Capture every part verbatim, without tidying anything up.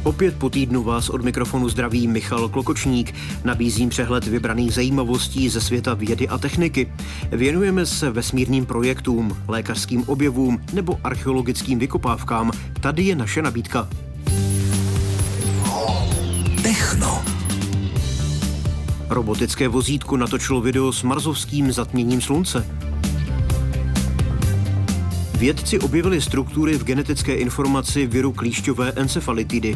Opět po týdnu vás od mikrofonu zdraví Michal Klokočník. Nabízím přehled vybraných zajímavostí ze světa vědy a techniky. Věnujeme se vesmírným projektům, lékařským objevům nebo archeologickým vykopávkám. Tady je naše nabídka. Techno. Robotické vozítko natočilo video s marsovským zatměním slunce. Vědci objevili struktury v genetické informaci viru klíšťové encefalitidy.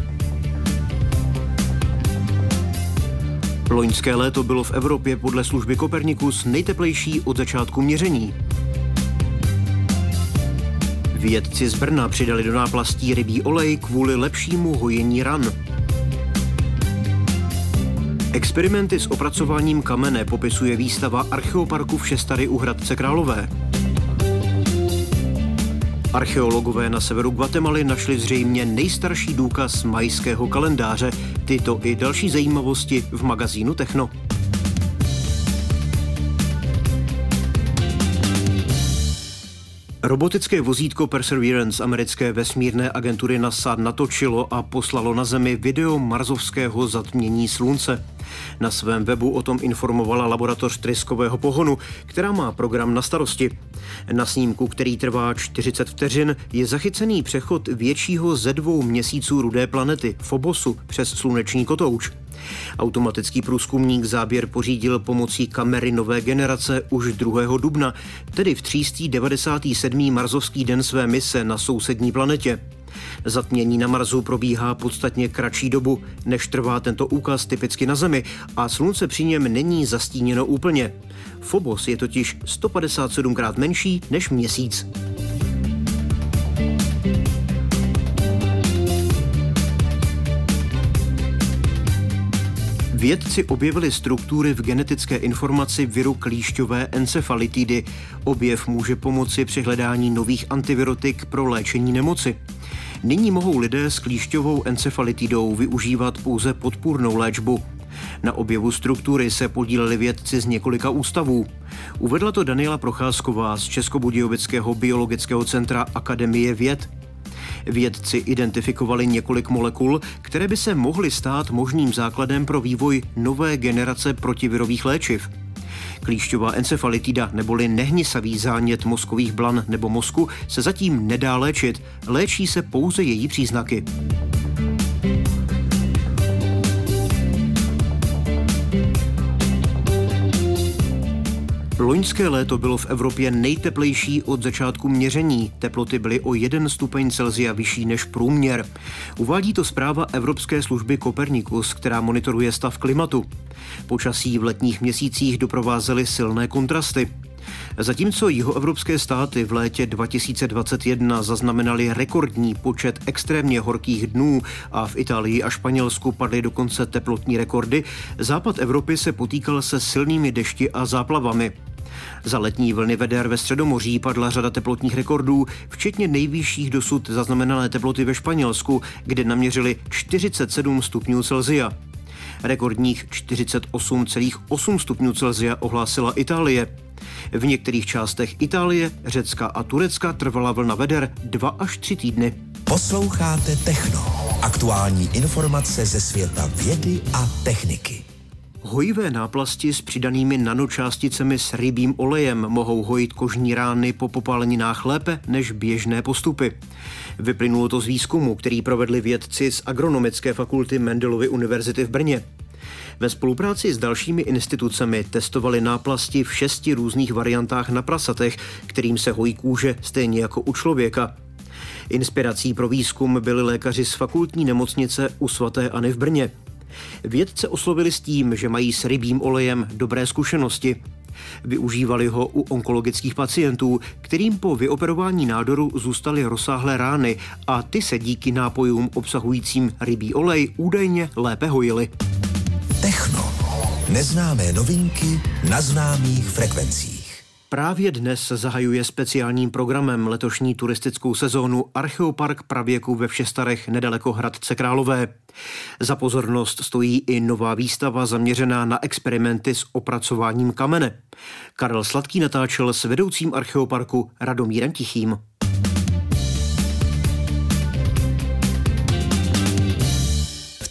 Loňské léto bylo v Evropě podle služby Copernicus nejteplejší od začátku měření. Vědci z Brna přidali do náplastí rybí olej kvůli lepšímu hojení ran. Experimenty s opracováním kamene popisuje výstava Archeoparku v Šestary u Hradce Králové. Archeologové na severu Guatemaly našli zřejmě nejstarší důkaz majského kalendáře. Tyto i další zajímavosti v magazínu Techno. Robotické vozítko Perseverance americké vesmírné agentury NASA natočilo a poslalo na Zemi video marsovského zatmění slunce. Na svém webu o tom informovala laboratoř tryskového pohonu, která má program na starosti. Na snímku, který trvá čtyřicet vteřin, je zachycený přechod většího ze dvou měsíců rudé planety Phobosu přes sluneční kotouč. Automatický průzkumník záběr pořídil pomocí kamery nové generace už druhého dubna, tedy v třístý devadesátý sedmý marsovský den své mise na sousední planetě. Zatmění na Marsu probíhá podstatně kratší dobu, než trvá tento úkaz typicky na Zemi a slunce při něm není zastíněno úplně. Phobos je totiž sto padesát sedmkrát menší než Měsíc. Vědci objevili struktury v genetické informaci viru klíšťové encefalitidy. Objev může pomoci při hledání nových antivirotik pro léčení nemoci. Nyní mohou lidé s klíšťovou encefalitidou využívat pouze podpůrnou léčbu. Na objevu struktury se podíleli vědci z několika ústavů. Uvedla to Daniela Procházková z Českobudějovického biologického centra Akademie věd. Vědci identifikovali několik molekul, které by se mohly stát možným základem pro vývoj nové generace protivirových léčiv. Klíšťová encefalitida neboli nehnisavý zánět mozkových blan nebo mozku se zatím nedá léčit, léčí se pouze její příznaky. Loňské léto bylo v Evropě nejteplejší od začátku měření. Teploty byly o jeden stupeň Celsia vyšší než průměr. Uvádí to zpráva Evropské služby Copernicus, která monitoruje stav klimatu. Počasí v letních měsících doprovázely silné kontrasty. Zatímco jihoevropské státy v létě dva tisíce dvacet jedna zaznamenaly rekordní počet extrémně horkých dnů a v Itálii a Španělsku padly dokonce teplotní rekordy, západ Evropy se potýkal se silnými dešti a záplavami. Za letní vlny veder ve Středomoří padla řada teplotních rekordů, včetně nejvyšších dosud zaznamenané teploty ve Španělsku, kde naměřili čtyřicet sedm stupňů Celsia. Rekordních čtyřicet osm celá osm stupňů Celsia ohlásila Itálie. V některých částech Itálie, Řecka a Turecka trvala vlna veder dva až tři týdny. Posloucháte Techno. Aktuální informace ze světa vědy a techniky. Hojivé náplasti s přidanými nanočásticemi s rybím olejem mohou hojit kožní rány po popáleninách lépe než běžné postupy. Vyplynulo to z výzkumu, který provedli vědci z Agronomické fakulty Mendelovy univerzity v Brně. Ve spolupráci s dalšími institucemi testovali náplasti v šesti různých variantách na prasatech, kterým se hojí kůže stejně jako u člověka. Inspirací pro výzkum byli lékaři z fakultní nemocnice u svaté Anny v Brně. Vědce oslovili s tím, že mají s rybím olejem dobré zkušenosti. Využívali ho u onkologických pacientů, kterým po vyoperování nádoru zůstaly rozsáhlé rány a ty se díky nápojům obsahujícím rybí olej údajně lépe hojily. Techno. Neznámé novinky na známých frekvencích. Právě dnes zahajuje speciálním programem letošní turistickou sezónu Archeopark pravěku ve Všestarech nedaleko Hradce Králové. Za pozornost stojí i nová výstava zaměřená na experimenty s opracováním kamene. Karel Sladký natáčel s vedoucím Archeoparku Radomírem Tichým.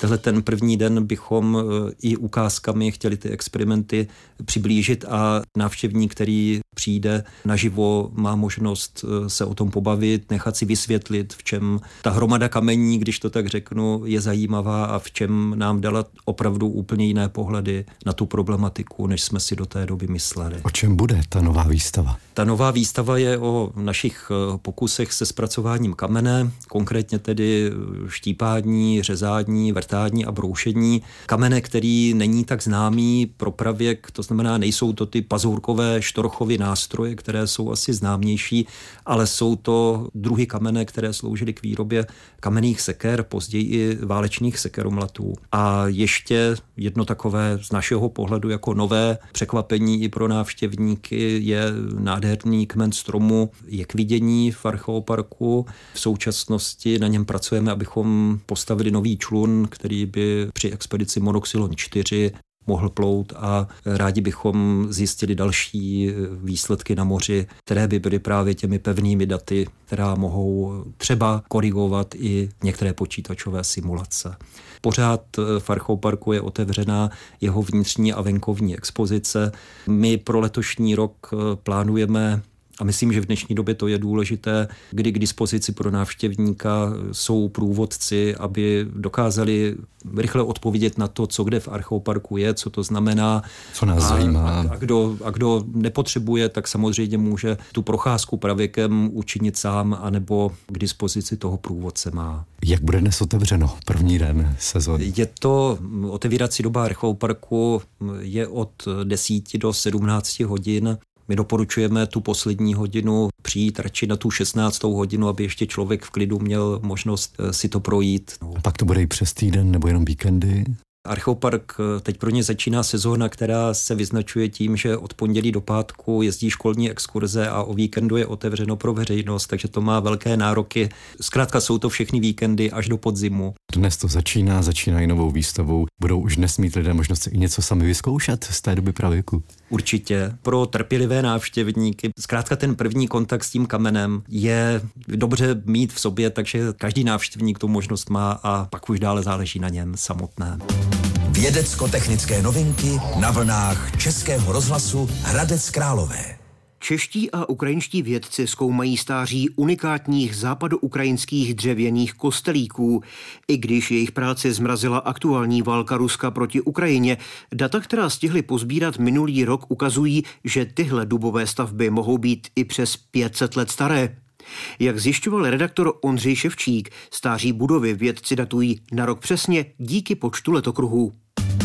tenhle ten první den bychom i ukázkami chtěli ty experimenty přiblížit a návštěvník, který přijde naživo, má možnost se o tom pobavit, nechat si vysvětlit, v čem ta hromada kamení, když to tak řeknu, je zajímavá a v čem nám dala opravdu úplně jiné pohledy na tu problematiku, než jsme si do té doby mysleli. O čem bude ta nová výstava? Ta nová výstava je o našich pokusech se zpracováním kamene, konkrétně tedy štípání, řezání, vrtání a broušení. Kamene, který není tak známý pro pravěk, to znamená, nejsou to ty pazourkové štorchovy nástroje, které jsou asi známější, ale jsou to druhy kamene, které sloužily k výrobě kamenných seker, později i válečných sekeromlatů. A ještě jedno takové z našeho pohledu jako nové překvapení i pro návštěvníky je nádherný kmen stromu, je k vidění v archeoparku. V současnosti na něm pracujeme, abychom postavili nový člun, který by při expedici Monoxylon čtyři mohl plout a rádi bychom zjistili další výsledky na moři, které by byly právě těmi pevnými daty, která mohou třeba korigovat i některé počítačové simulace. Pořád v archeoparku je otevřená jeho vnitřní a venkovní expozice. My pro letošní rok plánujeme, a myslím, že v dnešní době to je důležité, kdy k dispozici pro návštěvníka jsou průvodci, aby dokázali rychle odpovědět na to, co kde v archeoparku je, co to znamená. Co nás a, zajímá. A, a, kdo, a kdo nepotřebuje, tak samozřejmě může tu procházku pravěkem učinit sám, anebo k dispozici toho průvodce má. Jak bude dnes otevřeno první den sezóny? Je to otevírací doba archeoparku je od deseti do sedmnácti hodin. My doporučujeme tu poslední hodinu přijít radši na tu šestnáctou hodinu, aby ještě člověk v klidu měl možnost si to projít. A pak to bude i přes týden nebo jenom víkendy? Archeopark, teď pro ně začíná sezóna, která se vyznačuje tím, že od pondělí do pátku jezdí školní exkurze a o víkendu je otevřeno pro veřejnost, takže to má velké nároky. Zkrátka jsou to všechny víkendy až do podzimu. Dnes to začíná, začínají novou výstavou. Budou už dnes mít lidé možnost si i něco sami vyzkoušet z té doby pravěku? Určitě. Pro trpělivé návštěvníky. Zkrátka ten první kontakt s tím kamenem je dobře mít v sobě, takže každý návštěvník tu možnost má a pak už dále záleží na něm samotném. Vědecko-technické novinky na vlnách Českého rozhlasu Hradec Králové. Čeští a ukrajinští vědci zkoumají stáří unikátních západoukrajinských dřevěných kostelíků. I když jejich práci zmrazila aktuální válka Ruska proti Ukrajině, data, která stihli pozbírat minulý rok, ukazují, že tyhle dubové stavby mohou být i přes pět set let staré. Jak zjišťoval redaktor Ondřej Ševčík, stáří budovy vědci datují na rok přesně díky počtu letokruhů.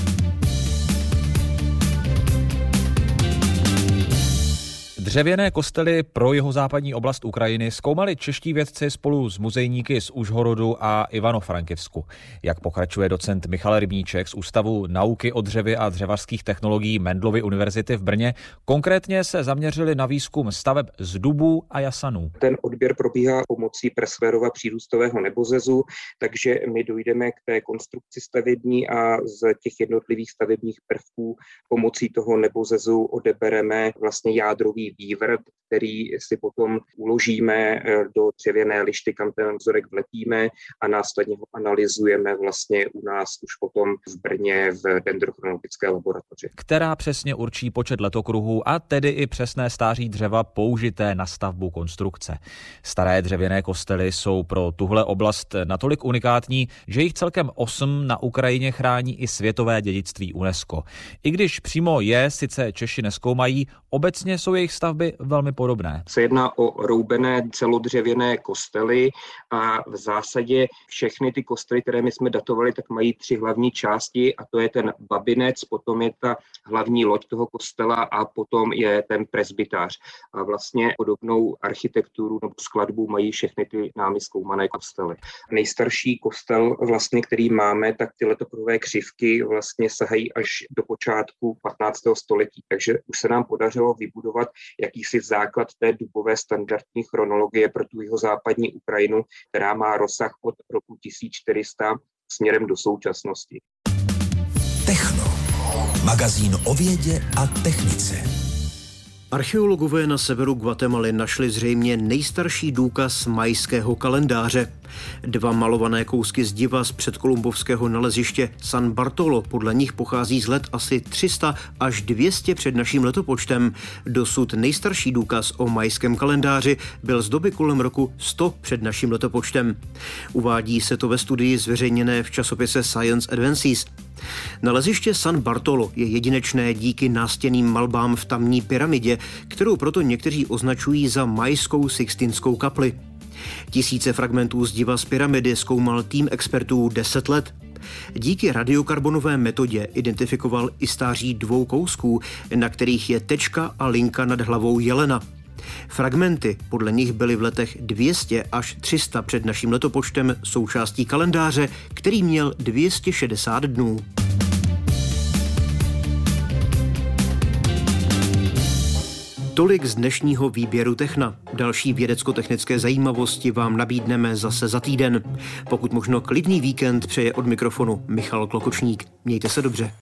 Dřevěné kostely pro jihozápadní oblast Ukrajiny zkoumali čeští vědci spolu s muzejníky z Užhorodu a Ivano-Frankivsku. Jak pokračuje docent Michal Rybníček z Ústavu nauky o dřevě a dřevařských technologií Mendelovy univerzity v Brně, konkrétně se zaměřili na výzkum staveb z dubů a jasanů. Ten odběr probíhá pomocí Presslérova přírůstového nebozezu, takže my dojdeme k té konstrukci stavební a z těch jednotlivých stavebních prvků pomocí toho nebozezu odebereme vlastně jádrový vývrt, který si potom uložíme do dřevěné lišty, kam ten vzorek vlepíme a následně ho analyzujeme vlastně u nás už potom v Brně v dendrochronologické laboratoři. Která přesně určí počet letokruhů a tedy i přesné stáří dřeva použité na stavbu konstrukce. Staré dřevěné kostely jsou pro tuhle oblast natolik unikátní, že jich celkem osm na Ukrajině chrání i světové dědictví UNESCO. I když přímo je sice Češi nezkoumají, obecně jsou jejich stavby velmi podobné. Se jedná o roubené celodřevěné kostely a v zásadě všechny ty kostely, které my jsme datovali, tak mají tři hlavní části a to je ten babinec, potom je ta hlavní loď toho kostela a potom je ten presbytář. A vlastně podobnou architekturu nebo skladbu mají všechny ty námi zkoumané kostely. Nejstarší kostel, vlastně, který máme, tak ty letokruhové křivky vlastně sahají až do počátku patnáctého století, takže už se nám podařilo vybudovat jakýsi základ té dubové standardní chronologie pro tu jihozápadní Ukrajinu, která má rozsah od roku tisíc čtyři sta směrem do současnosti. Techno. Magazín o vědě a technice. Archeologové na severu Guatemaly našli zřejmě nejstarší důkaz majského kalendáře. Dva malované kousky zdiva z předkolumbovského naleziště San Bartolo podle nich pochází z let asi tři sta až dvě stě před naším letopočtem. Dosud nejstarší důkaz o majském kalendáři byl z doby kolem roku sto před naším letopočtem. Uvádí se to ve studii zveřejněné v časopise Science Advances. Naleziště San Bartolo je jedinečné díky nástěnným malbám v tamní pyramidě, kterou proto někteří označují za majskou Sixtinskou kapli. Tisíce fragmentů zdiva z pyramidy zkoumal tým expertů deset let. Díky radiokarbonové metodě identifikoval i stáří dvou kousků, na kterých je tečka a linka nad hlavou jelena. Fragmenty podle nich byly v letech dvě stě až tři sta před naším letopočtem součástí kalendáře, který měl dvě stě šedesát dnů. Tolik z dnešního výběru Techna. Další vědecko-technické zajímavosti vám nabídneme zase za týden. Pokud možno klidný víkend přeje od mikrofonu Michal Klokočník. Mějte se dobře.